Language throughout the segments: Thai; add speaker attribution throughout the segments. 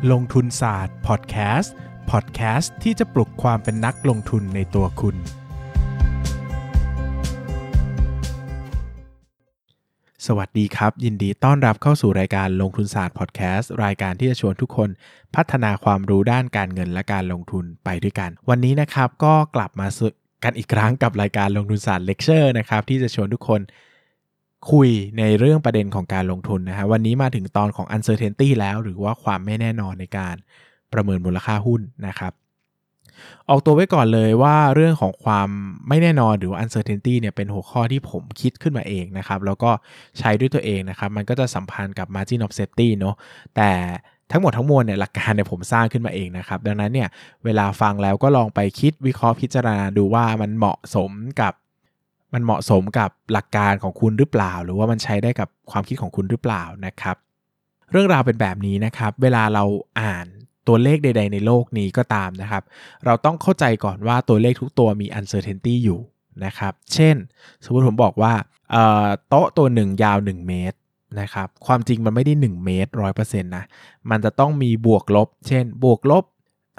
Speaker 1: ลงทุนศาสตร์พอดแคสต์ที่จะปลุกความเป็นนักลงทุนในตัวคุณสวัสดีครับยินดีต้อนรับเข้าสู่รายการลงทุนศาสตร์พอดแคสต์รายการที่จะชวนทุกคนพัฒนาความรู้ด้านการเงินและการลงทุนไปด้วยกันวันนี้นะครับก็กลับมากันอีกครั้งกับรายการลงทุนศาสตร์เลคเชอร์นะครับที่จะชวนทุกคนคุยในเรื่องประเด็นของการลงทุนนะฮะวันนี้มาถึงตอนของ uncertainty แล้วหรือว่าความไม่แน่นอนในการประเมินมูลค่าหุ้นนะครับออกตัวไว้ก่อนเลยว่าเรื่องของความไม่แน่นอนหรือว่า uncertainty เนี่ยเป็นหัวข้อที่ผมคิดขึ้นมาเองนะครับแล้วก็ใช้ด้วยตัวเองนะครับมันก็จะสัมพันธ์กับ margin of safety เนาะแต่ทั้งหมดทั้งมวลเนี่ยหลักการเนี่ยผมสร้างขึ้นมาเองนะครับดังนั้นเนี่ยเวลาฟังแล้วก็ลองไปคิดวิเคราะห์พิจารณาดูว่ามันเหมาะสมกับหลักการของคุณหรือเปล่าหรือว่ามันใช้ได้กับความคิดของคุณหรือเปล่านะครับเรื่องราวเป็นแบบนี้นะครับเวลาเราอ่านตัวเลขใดๆในโลกนี้ก็ตามนะครับเราต้องเข้าใจก่อนว่าตัวเลขทุกตัวมี uncertainty อยู่นะครับเช่นสมมุติผมบอกว่าโต๊ะตัวหนึ่งยาว1เมตรนะครับความจริงมันไม่ได้1เมตร 100% นะมันจะต้องมีบวกลบเช่นบวกลบ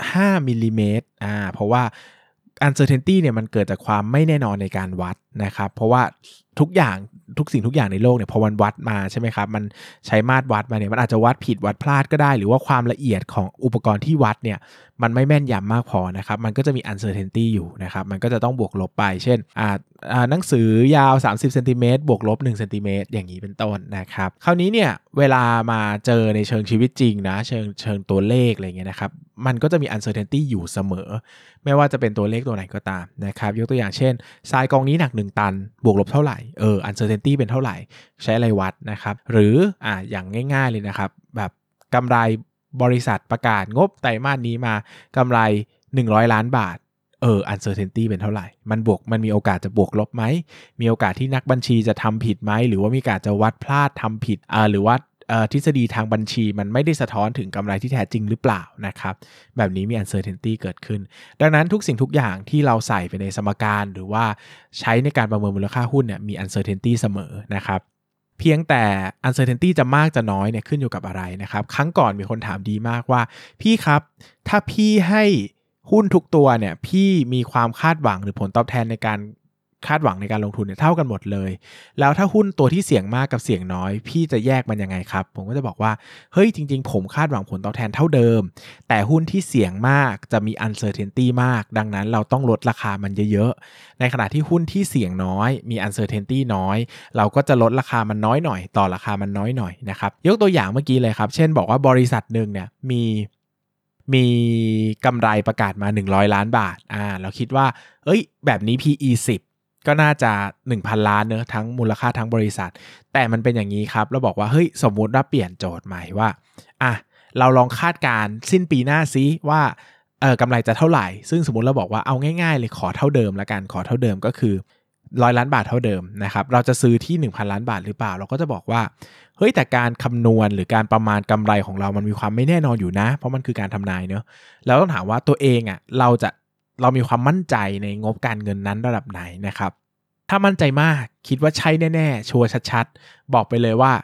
Speaker 1: 5มิลลิเมตรเพราะว่าuncertainty เนี่ยมันเกิดจากความไม่แน่นอนในการวัดนะครับเพราะว่าทุกสิ่งทุกอย่างในโลกเนี่ยพอมันวัดมาใช่ไหมครับมันใช้มาตรวัดมาเนี่ยมันอาจจะวัดผิดวัดพลาดก็ได้หรือว่าความละเอียดของอุปกรณ์ที่วัดเนี่ยมันไม่แม่นยำมากพอนะครับมันก็จะมี uncertainty อยู่นะครับมันก็จะต้องบวกลบไปเช่นหนังสือยาว30เซนติเมตรบวกลบ1เซนติเมตรอย่างนี้เป็นต้นนะครับคราวนี้เนี่ยเวลามาเจอในเชิงชีวิตจริงนะเชิงตัวเลขอะไรเงี้ยนะครับมันก็จะมี uncertainty อยู่เสมอไม่ว่าจะเป็นตัวเลขตัวไหนก็ตามนะครับยกตัวอย่างเช่นทรายกองนี้หนัก1ตันบวกลบเท่าไหร่uncertainty เป็นเท่าไหร่ใช้อะไรวัดนะครับหรืออย่างง่ายๆเลยนะครับแบบกำไรบริษัทประกาศงบไตรมาสนี้มากำไร100ล้านบาทuncertainty เป็นเท่าไหร่มันมีโอกาสจะบวกลบไหมมีโอกาสที่นักบัญชีจะทำผิดไหมหรือว่ามีโอกาสจะวัดพลาดทำผิดหรือว่าทฤษฎีทางบัญชีมันไม่ได้สะท้อนถึงกำไรที่แท้จริงหรือเปล่านะครับแบบนี้มี uncertainty เกิดขึ้นดังนั้นทุกสิ่งทุกอย่างที่เราใส่ไปในสมการหรือว่าใช้ในการประเมินมูลค่าหุ้นเนี่ยมี uncertainty เสมอนะครับเพียงแต่ uncertainty จะมากจะน้อยเนี่ยขึ้นอยู่กับอะไรนะครับครั้งก่อนมีคนถามดีมากว่าพี่ครับถ้าพี่ให้หุ้นทุกตัวเนี่ยพี่มีความคาดหวังหรือผลตอบแทนในการคาดหวังในการลงทุนเนี่ยเท่ากันหมดเลยแล้วถ้าหุ้นตัวที่เสี่ยงมากกับเสี่ยงน้อยพี่จะแยกมันยังไงครับผมก็จะบอกว่าเฮ้ยจริงๆผมคาดหวังผลตอบแทนเท่าเดิมแต่หุ้นที่เสี่ยงมากจะมี uncertainty มากดังนั้นเราต้องลดราคามันเยอะๆในขณะที่หุ้นที่เสี่ยงน้อยมี uncertainty น้อยเราก็จะลดราคามันน้อยหน่อยต่อราคามันน้อยหน่อยนะครับยกตัวอย่างเมื่อกี้เลยครับเช่นบอกว่าบริษัทนึงเนี่ยมีกำไรประกาศมา100ล้านบาทเราคิดว่าแบบนี้ PE 10ก็น่าจะ 1,000 ล้านเนอะทั้งมูลค่าทั้งบริษัทแต่มันเป็นอย่างนี้ครับเราบอกว่าเฮ้ยสมมุติว่าเปลี่ยนโจทย์ใหม่ว่าเราลองคาดการสิ้นปีหน้าซิว่ากำไรจะเท่าไหร่ซึ่งสมมุติเราบอกว่าเอาง่ายๆเลยขอเท่าเดิมละกันขอเท่าเดิมก็คือ100ล้านบาทเท่าเดิมนะครับเราจะซื้อที่ 1,000 ล้านบาทหรือเปล่าเราก็จะบอกว่าเฮ้ยแต่การคำนวณหรือการประมาณกำไรของเรามันมีความไม่แน่นอนอยู่นะเพราะมันคือการทำนายเนอะแล้วต้องถามว่าตัวเองเรามีความมั่นใจในงบการเงินนั้นระดับไหนนะครับถ้ามั่นใจมากคิดว่าใช่แน่ๆชัวร์ชัดๆบอกไปเลยว่า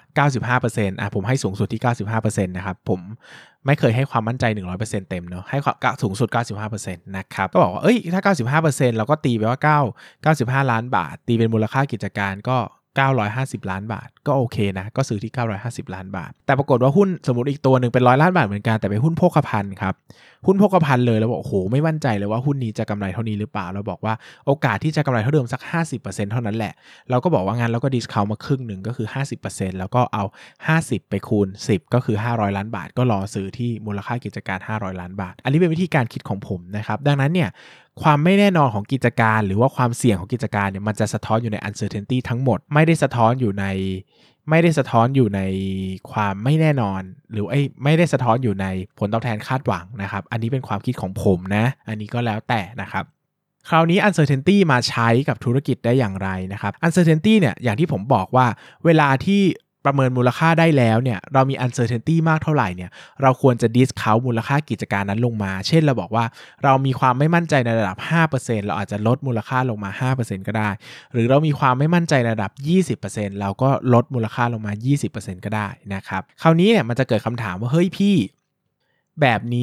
Speaker 1: 95% ผมให้สูงสุดที่ 95% นะครับผมไม่เคยให้ความมั่นใจ 100% เต็มเนอะให้สูงสุด 95% นะครับก็บอกว่าถ้า 95% เราก็ตีไปว่า95ล้านบาทตีเป็นมูลค่ากิจการก็950ล้านบาทก็โอเคนะก็ซื้อที่950ล้านบาทแต่ปรากฏว่าหุ้นสมมุติอีกตัวนึงเป็น100ล้านบาทเหมือนกันแต่เป็นหุ้นโภคภัณฑ์ครับหุ้นโภคภัณฑ์เลยแล้วบอกโอ้โหไม่มั่นใจเลยว่าหุ้นนี้จะกำไรเท่านี้หรือเปล่าเราบอกว่าโอกาสที่จะกำไรเท่าเดิมสัก 50% เท่านั้นแหละเราก็บอกว่างั้นเราก็ดิสเคาท์มาครึ่งนึงก็คือ 50% แล้วก็เอา50ไปคูณ10ก็คือ500ล้านบาทก็รอซื้อที่มูลค่ากิจการ500ล้านบาทอันนี้เป็นวิธีการคิดของผมนะครับดังนั้นเนี่ยความไม่แน่นอนของกิจการหรือว่าความเสี่ยงของกิจการเนี่ยมันจะสะท้อนอยู่ใน uncertainty ทั้งหมดไม่ได้สะท้อนอยู่ในความไม่แน่นอนหรือไม่ได้สะท้อนอยู่ในผลตอบแทนคาดหวังนะครับอันนี้เป็นความคิดของผมนะอันนี้ก็แล้วแต่นะครับคราวนี้ uncertainty มาใช้กับธุรกิจได้อย่างไรนะครับ uncertainty เนี่ยอย่างที่ผมบอกว่าเวลาที่ประเมินมูลค่าได้แล้วเนี่ยเรามี uncertainty มากเท่าไหร่เนี่ยเราควรจะ discount มูลค่ากิจการนั้นลงมาเช่นเราบอกว่าเรามีความไม่มั่นใจในระดับ 5% เราอาจจะลดมูลค่าลงมา 5% ก็ได้หรือเรามีความไม่มั่นใจในระดับ 20% เราก็ลดมูลค่าลงมา 20% ก็ได้นะครับคราวนี้เนี่ยมันจะเกิดคำถามว่าเฮ้ยพี่แบบนี้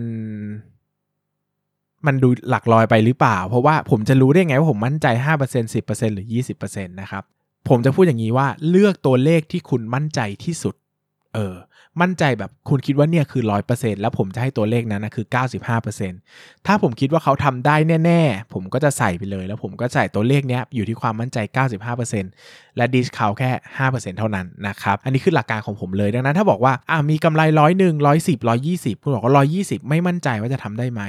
Speaker 1: มันดูหลักลอยไปหรือเปล่าเพราะว่าผมจะรู้ได้ไงว่าผมมั่นใจ 5% 10% หรือ 20% นะครับผมจะพูดอย่างนี้ว่าเลือกตัวเลขที่คุณมั่นใจที่สุดมั่นใจแบบคุณคิดว่าเนี่ยคือ 100% แล้วผมจะให้ตัวเลขนั้นนะคือ 95% ถ้าผมคิดว่าเขาทำได้แน่ๆผมก็จะใส่ไปเลยแล้วผมก็ใส่ตัวเลขเนี้ยอยู่ที่ความมั่นใจ 95% และดิสเคาท์แค่ 5% เท่านั้นนะครับอันนี้คือหลักการของผมเลยดังนั้นถ้าบอกว่ามีกำไร100 110 120คุณบอกว่า120ไม่มั่นใจว่าจะทำได้ไหม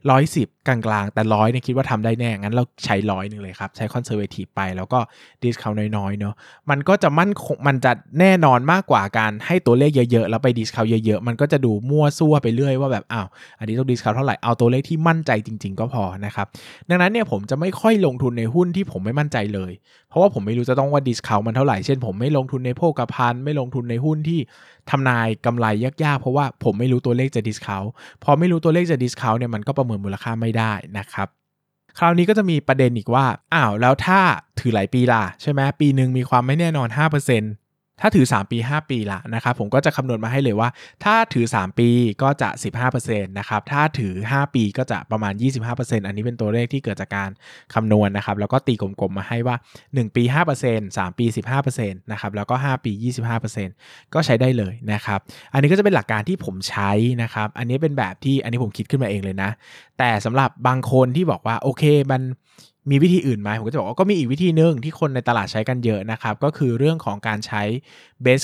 Speaker 1: 110กลางๆแต่100เนี่ยคิดว่าทำได้แน่งั้นเราใช้100นึงเลยครับใช้คอนเซอร์เวทีฟไปแล้วก็ดิสเคาท์น้อยๆเนาะมันก็จะมั่นคงมันจะแน่นอนมากกว่าการให้ตัวเลขเยอะๆแล้วไปดิสเคาท์เยอะๆมันก็จะดูมั่วซั่วไปเรื่อยว่าแบบอันนี้ต้องดิสเคาท์เท่าไหร่เอาตัวเลขที่มั่นใจจริงๆก็พอนะครับดังนั้นเนี่ยผมจะไม่ค่อยลงทุนในหุ้นที่ผมไม่มั่นใจเลยเพราะว่าผมไม่รู้จะต้องว่าดิสเคาท์มันเท่าไหร่เช่นผมไม่ลงทุนในโภคภัณฑ์ไม่ลงทุนในหุ้นที่ทำนายกำไรยากๆเพราะว่าผมไม่รู้ตัวเลขจะดิสเคาท์พอไม่รู้ตัวเลขจะดิสเคาท์เนี่ยมันก็ประเมินมูลค่าไม่ได้นะครับคราวนี้ก็จะมีประเด็นอีกว่าแล้วถ้าถือหลายปีล่ะใช่ไหมปีนึงมีความไม่แน่นอน 5%ถ้าถือ3ปี5ปีละนะครับผมก็จะคำนวณมาให้เลยว่าถ้าถือ3ปีก็จะ 15% นะครับถ้าถือ5ปีก็จะประมาณ 25% อันนี้เป็นตัวเลขที่เกิดจากการคำนวณนะครับแล้วก็ตีกลมๆมาให้ว่า1ปี 5% 3ปี 15% นะครับแล้วก็5ปี 25% ก็ใช้ได้เลยนะครับอันนี้ก็จะเป็นหลักการที่ผมใช้นะครับอันนี้เป็นแบบที่อันนี้ผมคิดขึ้นมาเองเลยนะแต่สำหรับบางคนที่บอกว่าโอเคมันมีวิธีอื่นไหมผมก็จะบอกว่าก็มีอีกวิธีนึงที่คนในตลาดใช้กันเยอะนะครับก็คือเรื่องของการใช้ base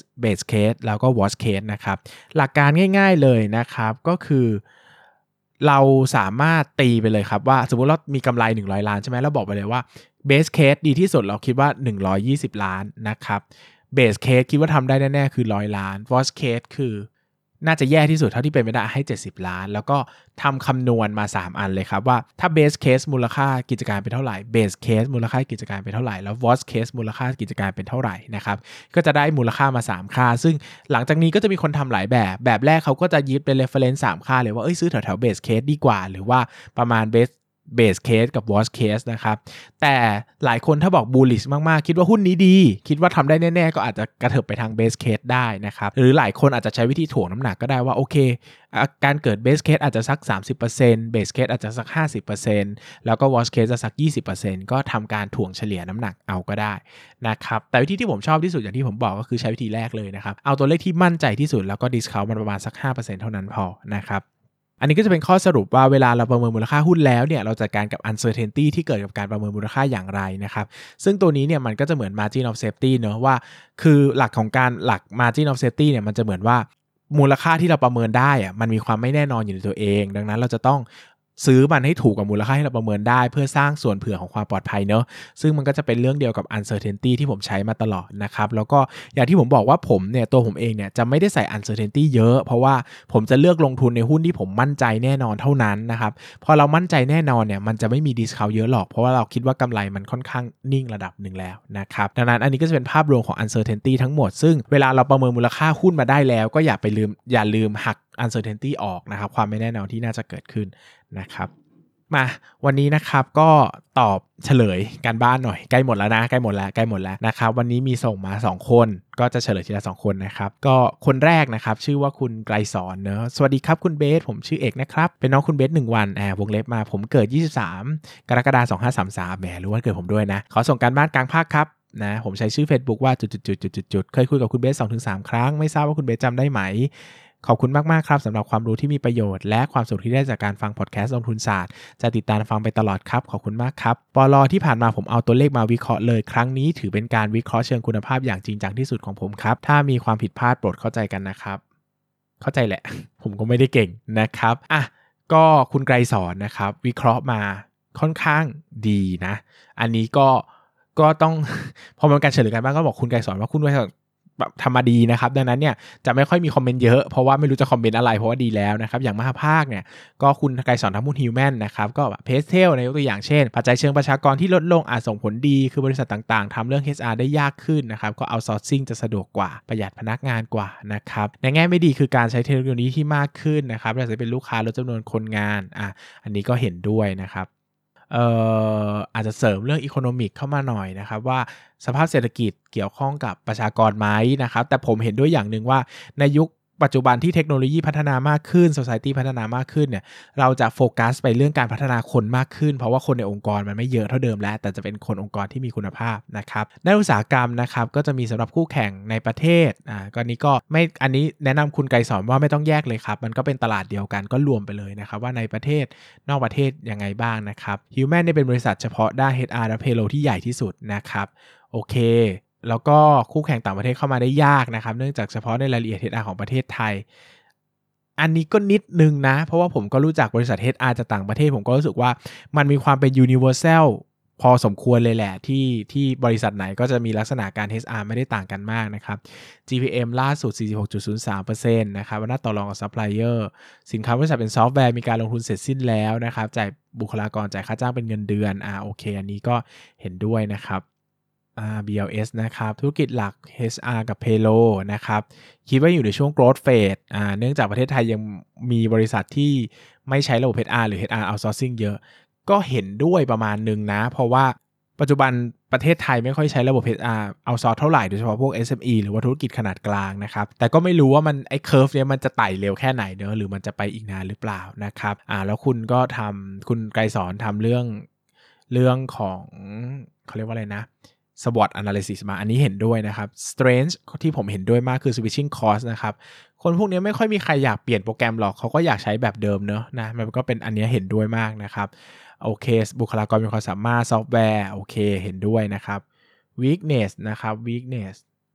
Speaker 1: case แล้วก็ worst case นะครับหลักการง่ายๆเลยนะครับก็คือเราสามารถตีไปเลยครับว่าสมมุติเรามีกำไร100ล้านใช่ไหมเราบอกไปเลยว่า base case ดีที่สุดเราคิดว่า120ล้านนะครับ base case คิดว่าทำได้แน่ๆคือ100ล้าน worst case คือน่าจะแย่ที่สุดเท่าที่เป็นไปได้ให้70ล้านแล้วก็ทำคำนวณมา3อันเลยครับว่าถ้า base case มูลค่ากิจการเป็นเท่าไหร่ base case มูลค่ากิจการเป็นเท่าไหร่แล้ว worst case มูลค่ากิจการเป็นเท่าไหร่นะครับก็จะได้มูลค่ามา3ค่าซึ่งหลังจากนี้ก็จะมีคนทำหลายแบบแรกเขาก็จะยึดเป็น reference 3ค่าเลยว่าซื้อแถวๆ base case ดีกว่าหรือว่าประมาณ base case กับ worst case นะครับแต่หลายคนถ้าบอก bullish มากๆคิดว่าหุ้นนี้ดีคิดว่าทำได้แน่ๆก็อาจจะกระเถิบไปทาง base case ได้นะครับหรือหลายคนอาจจะใช้วิธีถ่วงน้ำหนักก็ได้ว่าโอเคการเกิด base case อาจจะสัก 30% base case อาจจะสัก 50% แล้วก็ worst case จะสัก 20% ก็ทำการถ่วงเฉลี่ยน้ำหนักเอาก็ได้นะครับแต่วิธีที่ผมชอบที่สุดอย่างที่ผมบอกก็คือใช้วิธีแรกเลยนะครับเอาตัวเลขที่มั่นใจที่สุดแล้วก็ discount มันประมาณสัก 5% เท่านั้นพอนะครับอันนี้ก็จะเป็นข้อสรุปว่าเวลาเราประเมินมูลค่าหุ้นแล้วเนี่ยเราจัดการกับ uncertainty ที่เกิดกับการประเมินมูลค่าอย่างไรนะครับซึ่งตัวนี้เนี่ยมันก็จะเหมือน margin of safety เนอะว่าคือหลัก margin of safety เนี่ยมันจะเหมือนว่ามูลค่าที่เราประเมินได้มันมีความไม่แน่นอนอยู่ในตัวเองดังนั้นเราจะต้องซื้อมันให้ถูกกับมูลค่าที่เราประเมินได้เพื่อสร้างส่วนเผื่อของความปลอดภัยเนอะซึ่งมันก็จะเป็นเรื่องเดียวกับ uncertainty ที่ผมใช้มาตลอดนะครับแล้วก็อย่างที่ผมบอกว่าผมเนี่ยตัวผมเองเนี่ยจะไม่ได้ใส่ uncertainty เยอะเพราะว่าผมจะเลือกลงทุนในหุ้นที่ผมมั่นใจแน่นอนเท่านั้นนะครับพอเรามั่นใจแน่นอนเนี่ยมันจะไม่มี discount เยอะหรอกเพราะว่าเราคิดว่ากำไรมันค่อนข้างนิ่งระดับหนึ่งแล้วนะครับดังนั้นอันนี้ก็จะเป็นภาพรวมของ uncertainty ทั้งหมดซึ่งเวลาเราประเมินมูลค่าหุ้นมาได้แล้วก็อย่าลืมหัก uncertainty ออกนะครับความไม่แน่นอนที่น่าจะเกิดขึ้นนะครับมาวันนี้นะครับก็ตอบเฉลยการบ้านหน่อยใกล้หมดแล้วนะครับวันนี้มีส่งมา2คนก็จะเฉลยทีละ2คนนะครับก็คนแรกนะครับชื่อว่าคุณไกรสอนเนอะสวัสดีครับคุณเบสผมชื่อเอกนะครับเป็นน้องคุณเบส1วันวงเล็บมาผมเกิด23กรกฎาคม2533แหมรู้วันเกิดผมด้วยนะขอส่งการบ้านกลางภาคครับนะผมใช้ชื่อ Facebook ว่าจุดๆๆๆเคยคุยกับคุณเบส 2-3 ครั้งไม่ทราบว่าคุณเบสจำได้ไหมขอบคุณมากๆครับสำหรับความรู้ที่มีประโยชน์และความสุขที่ได้จากการฟังพอดแคสต์ลงทุนศาสตร์จะติดตามฟังไปตลอดครับขอบคุณมากครับปล.ที่ผ่านมาผมเอาตัวเลขมาวิเคราะห์เลยครั้งนี้ถือเป็นการวิเคราะห์เชิงคุณภาพอย่างจริงจังที่สุดของผมครับถ้ามีความผิดพลาดโปรดเข้าใจกันนะครับเข้าใจแหละ ผมก็ไม่ได้เก่งนะครับก็คุณไกรสอนนะครับวิเคราะห์มาค่อนข้างดีนะอันนี้ก็ต้อง พอมันการเฉลยกันบ้างก็บอกคุณไกรสอนว่าคุณไกรสอนแบบทำมาดีนะครับดังนั้นเนี่ยจะไม่ค่อยมีคอมเมนต์เยอะเพราะว่าไม่รู้จะคอมเมนต์อะไรเพราะว่าดีแล้วนะครับอย่างมหาภาคเนี่ยก็คุณไกรสอนทำหุ้นฮิวแมนนะครับก็แบบเพสเทลในยกตัวอย่างเช่นปัจจัยเชิงประชากรที่ลดลงอาจส่งผลดีคือบริษัทต่างๆทำเรื่อง HR ได้ยากขึ้นนะครับก็เอาซอร์ซิ่งจะสะดวกกว่าประหยัดพนักงานกว่านะครับในแง่ไม่ดีคือการใช้เทคโนโลยีที่มากขึ้นนะครับเราจะเป็นลูกค้าลดจำนวนคนงานอันนี้ก็เห็นด้วยนะครับอาจจะเสริมเรื่องอีโคโนมิกเข้ามาหน่อยนะครับว่าสภาพเศรษฐกิจเกี่ยวข้องกับประชากรไหมนะครับแต่ผมเห็นด้วยอย่างหนึ่งว่าในยุคปัจจุบันที่เทคโนโลยีพัฒนามากขึ้น society พัฒนามากขึ้นเนี่ยเราจะโฟกัสไปเรื่องการพัฒนาคนมากขึ้นเพราะว่าคนในองค์กรมันไม่เยอะเท่าเดิมแล้วแต่จะเป็นคนองค์กรที่มีคุณภาพนะครับในอุตสาหกรรมนะครับก็จะมีสำหรับคู่แข่งในประเทศก็นี้ก็ไม่อันนี้แนะนำคุณไกรสอนว่าไม่ต้องแยกเลยครับมันก็เป็นตลาดเดียวกันก็รวมไปเลยนะครับว่าในประเทศนอกประเทศยังไงบ้างนะครับ Human เนี่ยเป็นบริษัทเฉพาะด้าน HR และ Payroll ที่ใหญ่ที่สุดนะครับโอเคแล้วก็คู่แข่งต่างประเทศเข้ามาได้ยากนะครับเนื่องจากเฉพาะในรายละเอียด HR ของประเทศไทยอันนี้ก็นิดนึงนะเพราะว่าผมก็รู้จักบริษัท HR จากต่างประเทศผมก็รู้สึกว่ามันมีความเป็น universal พอสมควรเลยแหละที่บริษัทไหนก็จะมีลักษณะการ HR ไม่ได้ต่างกันมากนะครับ GPM ล่าสุด 46.03% นะครับว่าน่าต่อรองกับซัพพลายเออร์สินค้าบริษัทเป็นซอฟต์แวร์มีการลงทุนเสร็จสิ้นแล้วนะครับจ่ายบุคลากรจ่ายค่าจ้างเป็นเงินเดือนโอเคอันนี้ก็เห็นด้วยนะครับBLS นะครับธุรกิจหลัก HR กับ Payroll นะครับคิดว่าอยู่ในช่วง growth phase เนื่องจากประเทศไทยยังมีบริษัทที่ไม่ใช้ระบบ HR หรือ HR outsourcing เยอะก็เห็นด้วยประมาณนึงนะเพราะว่าปัจจุบันประเทศไทยไม่ค่อยใช้ระบบ HR outsource เท่าไหร่โดยเฉพาะพวก SME หรือว่าธุรกิจขนาดกลางนะครับแต่ก็ไม่รู้ว่ามันไอ้ curve เนี้ยมันจะไต่เร็วแค่ไหนเนอะหรือมันจะไปอีกนานหรือเปล่านะครับแล้วคุณก็คุณไกรสอนทำเรื่องของเขาเรียกว่าอะไรนะSWOT analysis มาอันนี้เห็นด้วยนะครับ strength ที่ผมเห็นด้วยมากคือ switching cost นะครับคนพวกนี้ไม่ค่อยมีใครอยากเปลี่ยนโปรแกรมหรอกเขาก็อยากใช้แบบเดิมเนอะนะมันก็เป็นอันนี้เห็นด้วยมากนะครับโอเคบุคลากรมีความสามารถซอฟต์แวร์โอเคเห็นด้วยนะครับ weakness นะครับ weakness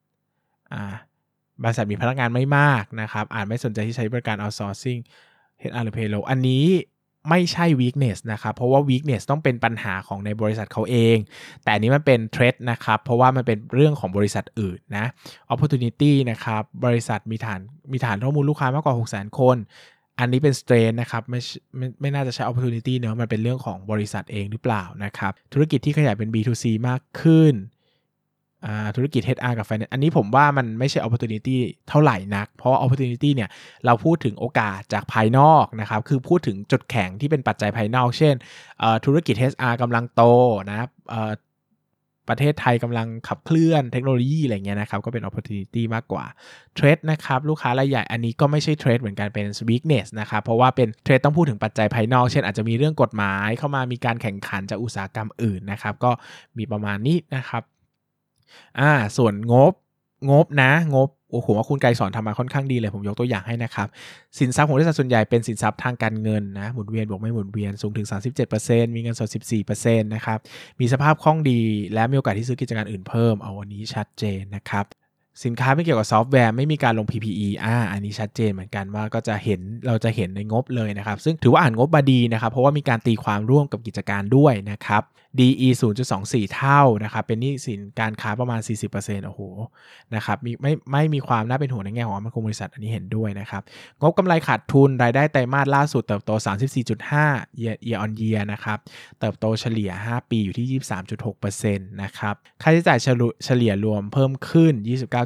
Speaker 1: บริษัทมีพนักงานไม่มากนะครับไม่สนใจที่ใช้บริการ outsourcing HR หรือ payroll อันนี้ไม่ใช่ weakness นะครับเพราะว่า weakness ต้องเป็นปัญหาของในบริษัทเขาเองแต่อันนี้มันเป็น threat นะครับเพราะว่ามันเป็นเรื่องของบริษัทอื่นนะ opportunity นะครับบริษัทมีฐานข้อมูลลูกค้ามากกว่า 600,000 คนอันนี้เป็น strength นะครับไม่น่าจะใช้ opportunity เนอะมันเป็นเรื่องของบริษัทเองหรือเปล่านะครับธุรกิจที่ขยายเป็น B2C มากขึ้นธุรกิจ HR กับ Finance อันนี้ผมว่ามันไม่ใช่ opportunity เท่าไหร่นักเพราะว่า opportunity เนี่ยเราพูดถึงโอกาสจากภายนอกนะครับคือพูดถึงจุดแข็งที่เป็นปัจจัยภายนอกเช่นธุรกิจ HR กำลังโตนะประเทศไทยกำลังขับเคลื่อนเทคโนโลยีอะไรเงี้ยนะครับก็เป็น opportunity มากกว่า trade นะครับลูกค้ารายใหญ่อันนี้ก็ไม่ใช่ trade เหมือนกันเป็น weakness นะครับเพราะว่าเป็น trade ต้องพูดถึงปัจจัยภายนอกเช่นอาจจะมีเรื่องกฎหมายเข้ามามีการแข่งขันจากอุตสาหกรรมอื่นนะครับก็มีประมาณนี้นะครับส่วนงบนะโอ้โหว่าคุณไกรสอนทำมาค่อนข้างดีเลยผมยกตัวอย่างให้นะครับสินทรัพย์ของบริษัทส่วนใหญ่เป็นสินทรัพย์ทางการเงินนะหมุนเวียนบวกไม่หมุนเวียนสูงถึง 37% มีเงินสด 14% นะครับมีสภาพคล่องดีและมีโอกาสที่ซื้อกิจการอื่นเพิ่มวันนี้ชัดเจนนะครับสินค้าไม่เกี่ยวกับซอฟต์แวร์ไม่มีการลง PPE อันนี้ชัดเจนเหมือนกันว่าเราจะเห็นในงบเลยนะครับซึ่งถือว่าอ่านงบมาดีนะครับเพราะว่ามีการตีความร่วมกับกิจการด้วยนะครับ DE 0.24 เท่านะครับเป็นหนี้สินการค้าประมาณ 40% โอ้โหนะครับไม่มีความน่าเป็นห่วงในแง่ของความมั่นคงบริษัทอันนี้เห็นด้วยนะครับงบกำไรขาดทุนรายได้ไตรมาสล่าสุดเติบโต 34.5 year on year นะครับเติบโตเฉลี่ย5ปีอยู่ที่ 23.6% นะครับค่าใช้จ่ายเฉลี่ยรวมเพิ่มขึ้น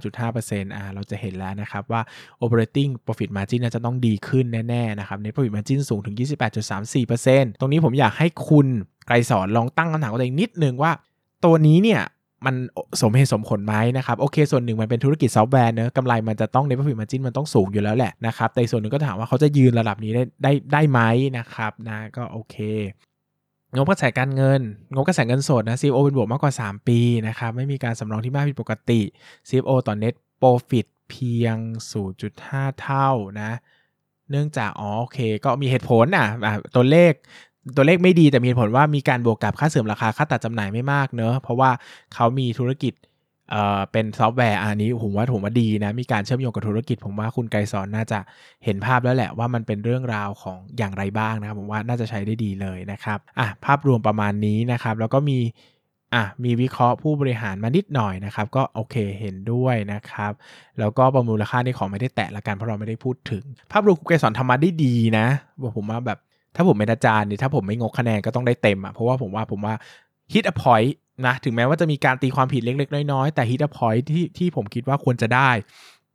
Speaker 1: 29.5% เราจะเห็นแล้วนะครับว่า operating profit margin น่าจะต้องดีขึ้นแน่ๆนะครับ net profit margin สูงถึง 28.34% ตรงนี้ผมอยากให้คุณไกรสอนลองตั้งคำถามกับตัวเองนิดนึงว่าตัวนี้เนี่ยมันสมเหตุสมผลไหมนะครับโอเคส่วนหนึ่งมันเป็นธุรกิจซอฟต์แวร์เนอะกำไรมันจะต้อง net profit margin มันต้องสูงอยู่แล้วแหละนะครับแต่ส่วนหนึ่งก็ถามว่าเขาจะยืนระดับนี้ได้ไหมนะครับนะก็โอเคงบกระแสการเงินงบกระแสเงินสดนะ CFO เป็นบวกมากกว่า3ปีนะครับไม่มีการสำรองที่มากผิดปกติ CFO ต่อ net profit เพียง 0.5 เท่านะเนื่องจากโอเคก็มีเหตุผลตัวเลขไม่ดีแต่มีเหตุผลว่ามีการบวกกับค่าเสื่อมราคาค่าตัดจำหน่ายไม่มากเนอะเพราะว่าเขามีธุรกิจเป็นซอฟต์แวร์อันนี้ผมว่าดีนะมีการเชื่อมโยงกับธุรกิจผมว่าคุณไกรสอนน่าจะเห็นภาพแล้วแหละว่ามันเป็นเรื่องราวของอย่างไรบ้างนะครับผมว่าน่าจะใช้ได้ดีเลยนะครับภาพรวมประมาณนี้นะครับแล้วก็มีวิเคราะห์ผู้บริหารมานิดหน่อยนะครับก็โอเคเห็นด้วยนะครับแล้วก็ประมูลค่านี่ขอไม่ได้แตะละกันเพราะเราไม่ได้พูดถึงภาพรวมคุณไกรสอนทำมาได้ดีนะผมว่าแบบถ้าผมเป็นอาจารย์นี่ถ้าผมไม่งกคะแนนก็ต้องได้เต็มเพราะว่าผมว่า hit a point นะถึงแม้ว่าจะมีการตีความผิดเล็กๆน้อยๆแต่ hit a point ที่ผมคิดว่าควรจะได้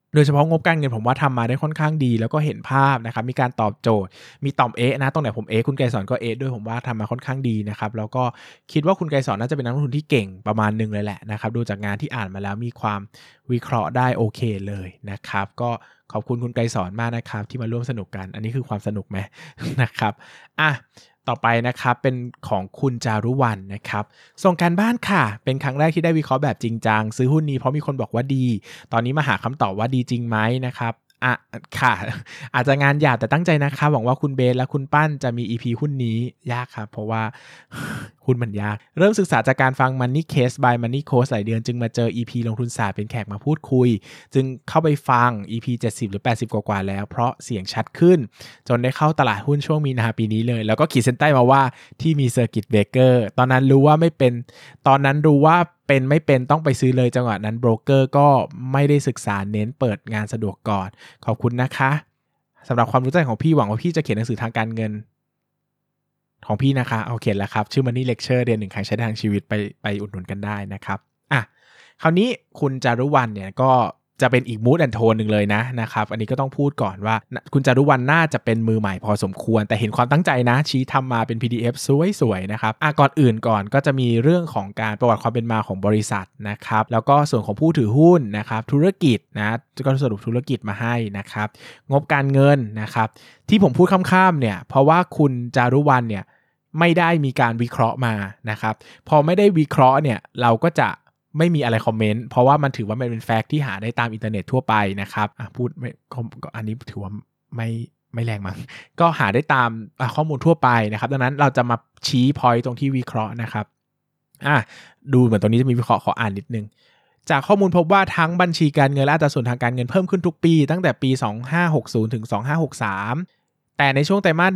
Speaker 1: โดยเฉพาะงบการเงินผมว่าทำมาได้ค่อนข้างดีแล้วก็เห็นภาพนะครับมีการตอบโจทย์มีต่อมนะตรงไหนผมคุณไกรสอนก็ด้วยผมว่าทำมาค่อนข้างดีนะครับแล้วก็คิดว่าคุณไกรสอนน่าจะเป็นนักลงทุนที่เก่งประมาณนึงเลยแหละนะครับดูจากงานที่อ่านมาแล้วมีความวิเคราะห์ได้โอเคเลยนะครับก็ขอบคุณคุณไกรสอนมากนะครับที่มาร่วมสนุกกันอันนี้คือความสนุกไหม นะครับต่อไปนะครับเป็นของคุณจารุวรรณนะครับส่งการบ้านค่ะเป็นครั้งแรกที่ได้วิเคราะห์แบบจริงจังซื้อหุ้นนี้เพราะมีคนบอกว่าดีตอนนี้มาหาคำตอบว่าดีจริงไหมนะครับค่ะอาจจะงานหยาบแต่ตั้งใจนะครับหวังว่าคุณเบสและคุณปั้นจะมี EP หุ้นนี้ยากครับเพราะว่า หุ้นมันยากเริ่มศึกษาจากการฟัง Money Case by Money Coach หลายเดือนจึงมาเจอ EP ลงทุนศาสตร์เป็นแขกมาพูดคุยจึงเข้าไปฟัง EP 70หรือ80กว่าๆแล้วเพราะเสียงชัดขึ้นจนได้เข้าตลาดหุ้นช่วงมีนาปีนี้เลยแล้วก็ขีดเส้นใต้มาว่าที่มี Circuit Breaker ตอนนั้นรู้ว่าไม่เป็นไม่เป็นต้องไปซื้อเลยจังหวะนั้นโบรกเกอร์ก็ไม่ได้ศึกษาเน้นเปิดงานสะดวกก่อนขอบคุณนะคะสำหรับความรู้ใจของพี่หวังว่าพี่จะเขียนหนังสือทางการเงินของพี่นะคะเอาเขียนแล้วครับชื่อ Money Lecture เรียน1 ครั้งใช้ได้ทางชีวิตไปอุดหนุนกันได้นะครับคราวนี้คุณจารุวรรณเนี่ยก็จะเป็นอีก mood and tone นึงเลยนะครับอันนี้ก็ต้องพูดก่อนว่าคุณจารุวรรณน่าจะเป็นมือใหม่พอสมควรแต่เห็นความตั้งใจนะชี้ทำมาเป็น PDF สวยๆนะครับก่อนอื่นก่อนก็จะมีเรื่องของการประวัติความเป็นมาของบริษัทนะครับแล้วก็ส่วนของผู้ถือหุ้นนะครับธุรกิจก็สรุปธุรกิจมาให้นะครับงบการเงินนะครับที่ผมพูดข้ามๆเนี่ยเพราะว่าคุณจารุวรรณเนี่ยไม่ได้มีการวิเคราะห์มานะครับพอไม่ได้วิเคราะห์เนี่ยเราก็จะไม่มีอะไรคอมเมนต์เพราะว่ามันถือว่ามันเป็นแฟกต์ที่หาได้ตามอินเทอร์เน็ตทั่วไปนะครับพูดไม่อันนี้ถือว่าไม่แรงมั้งก็หาได้ตามข้อมูลทั่วไปนะครับดังนั้นเราจะมาชี้พอยต์ตรงที่วิเคราะห์นะครับดูเหมือนตรงนี้จะมีวิเคราะห์ขออ่านนิดนึงจากข้อมูลพบว่าทั้งบัญชีการเงินและอัตราส่วนทางการเงินเพิ่มขึ้นทุกปีตั้งแต่ปี2560ถึง2563แต่ในช่วงไตรมาส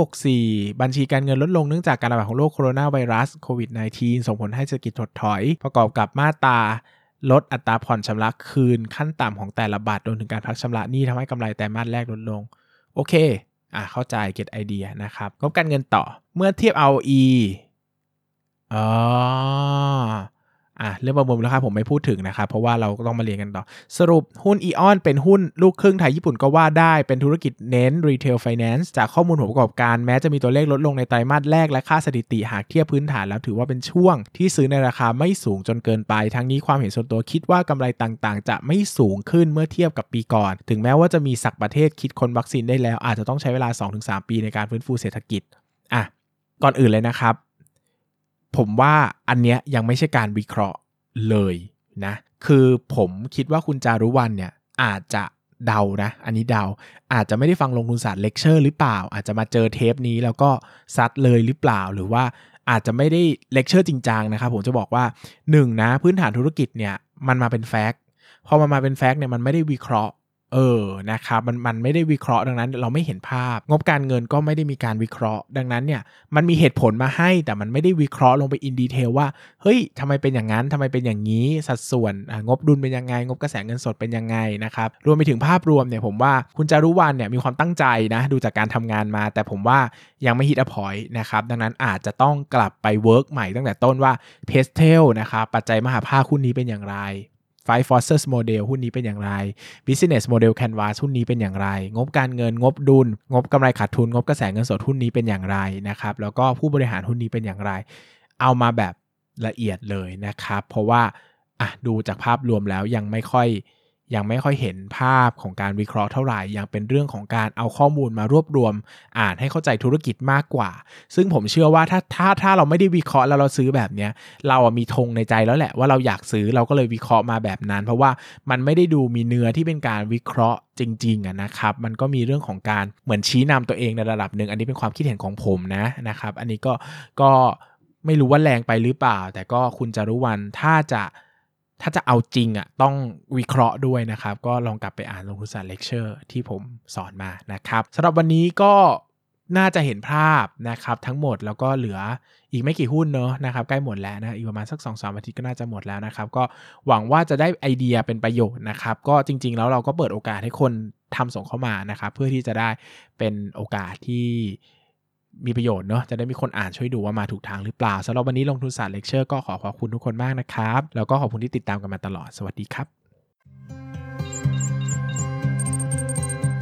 Speaker 1: 1/64 บัญชีการเงินลดลงเนื่องจากการระบาดของโรคโคโรนาไวรัสโควิด -19 ส่งผลให้เศรษฐกิจถดถอยประกอบกับมาตราลดอัตราผ่อนชำระคืนขั้นต่ำของแต่ละบัตรรวมถึงการพักชำระหนี้ทำให้กำไรไตรมาสแรกลดลงโอเคเข้าใจเก็ตไอเดียนะครับงบการเงินต่อเมื่อเทียบ ROE เรื่องประเมินมูลค่าผมไม่พูดถึงนะครับเพราะว่าเราก็ต้องมาเรียนกันต่อสรุปหุ้นอีออนเป็นหุ้นลูกครึ่งไทยญี่ปุ่นก็ว่าได้เป็นธุรกิจเน้น Retail Finance จากข้อมูลผลประกอบการแม้จะมีตัวเลขลดลงในไตรมาสแรกและค่าสถิติหากเทียบพื้นฐานแล้วถือว่าเป็นช่วงที่ซื้อในราคาไม่สูงจนเกินไปทั้งนี้ความเห็นส่วนตัวคิดว่ากำไรต่างๆจะไม่สูงขึ้นเมื่อเทียบกับปีก่อนถึงแม้ว่าจะมีศักดิ์ประเทศคิดค้นวัคซีนได้แล้วอาจจะต้องใช้เวลา 2-3 ปีในการฟื้นฟูเศรษฐกิจก่อนอื่นเลยนะครับผมว่าอันเนี้ยยังไม่ใช่การวิเคราะห์เลยนะคือผมคิดว่าคุณจารุวรรณเนี่ยอาจจะเดานะอันนี้เดาอาจจะไม่ได้ฟังลงทุนศาสตร์เลคเชอร์หรือเปล่าอาจจะมาเจอเทปนี้แล้วก็ซัดเลยหรือเปล่าหรือว่าอาจจะไม่ได้เลคเชอร์จริงจังนะครับผมจะบอกว่า1นะพื้นฐานธุรกิจเนี่ยมันมาเป็นแฟกต์พอมันมาเป็นแฟกต์เนี่ยมันไม่ได้วิเคราะห์นะครับมันไม่ได้วิเคราะห์ดังนั้นเราไม่เห็นภาพงบการเงินก็ไม่ได้มีการวิเคราะห์ดังนั้นเนี่ยมันมีเหตุผลมาให้แต่มันไม่ได้วิเคราะห์ลงไปอินดีเทลว่าเฮ้ยทำไมเป็นอย่างนั้นทำไมเป็นอย่างนี้สัดส่วนงบดุลเป็นยังไงงบกระแสเงินสดเป็นยังไงนะครับรวมไปถึงภาพรวมเนี่ยผมว่าคุณจารุวรรณเนี่ยมีความตั้งใจนะดูจากการทำงานมาแต่ผมว่ายังไม่ฮิตอะพอยต์นะครับดังนั้นอาจจะต้องกลับไปเวิร์กใหม่ตั้งแต่ต้นว่าเพสเทลนะครับปัจจัยมหาภาคหุ้นนี้เป็นอย่างไรFive Forces Model หุ้นนี้เป็นอย่างไร Business Model Canvas หุ้นนี้เป็นอย่างไรงบการเงินงบดุลงบกำไรขาดทุนงบกระแสเงินสดหุ้นนี้เป็นอย่างไรนะครับแล้วก็ผู้บริหารหุ้นนี้เป็นอย่างไรเอามาแบบละเอียดเลยนะครับเพราะว่าดูจากภาพรวมแล้วยังไม่ค่อยเห็นภาพของการวิเคราะห์เท่าไหร่ยังเป็นเรื่องของการเอาข้อมูลมารวบรวมอ่านให้เข้าใจธุรกิจมากกว่าซึ่งผมเชื่อว่าถ้าเราไม่ได้วิเคราะห์แล้วเราซื้อแบบเนี้ยเรามีธงในใจแล้วแหละว่าเราอยากซื้อเราก็เลยวิเคราะห์มาแบบนั้นเพราะว่ามันไม่ได้ดูมีเนื้อที่เป็นการวิเคราะห์จริงๆนะครับมันก็มีเรื่องของการเหมือนชี้นำตัวเองในระดับหนึ่งอันนี้เป็นความคิดเห็นของผมนะครับอันนี้ก็ไม่รู้ว่าแรงไปหรือเปล่าแต่ก็คุณจารุวรรณถ้าจะเอาจริงต้องวิเคราะห์ด้วยนะครับก็ลองกลับไปอ่านลงทุนศาสตร์เลคเชอร์ที่ผมสอนมานะครับสำหรับวันนี้ก็น่าจะเห็นภาพนะครับทั้งหมดแล้วก็เหลืออีกไม่กี่หุ้นเนอะนะครับใกล้หมดแล้วนะอีกประมาณสัก 2-3 อาทิตย์ก็น่าจะหมดแล้วนะครับก็หวังว่าจะได้ไอเดียเป็นประโยชน์นะครับก็จริงๆแล้วเราก็เปิดโอกาสให้คนทำส่งเข้ามานะครับเพื่อที่จะได้เป็นโอกาสที่มีประโยชน์เนอะจะได้มีคนอ่านช่วยดูว่ามาถูกทางหรือเปล่าสำหรับวันนี้ลงทุนศาสตร์เลคเชอร์ก็ขอบคุณทุกคนมากนะครับแล้วก็ขอบคุณที่ติดตามกันมาตลอดสวัสดีครับ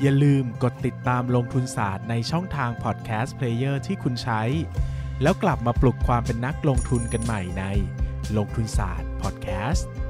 Speaker 1: อย่าลืมกดติดตามลงทุนศาสตร์ในช่องทางพอดแคสต์เพลเยอร์ที่คุณใช้แล้วกลับมาปลุกความเป็นนักลงทุนกันใหม่ในลงทุนศาสตร์พอดแคสต์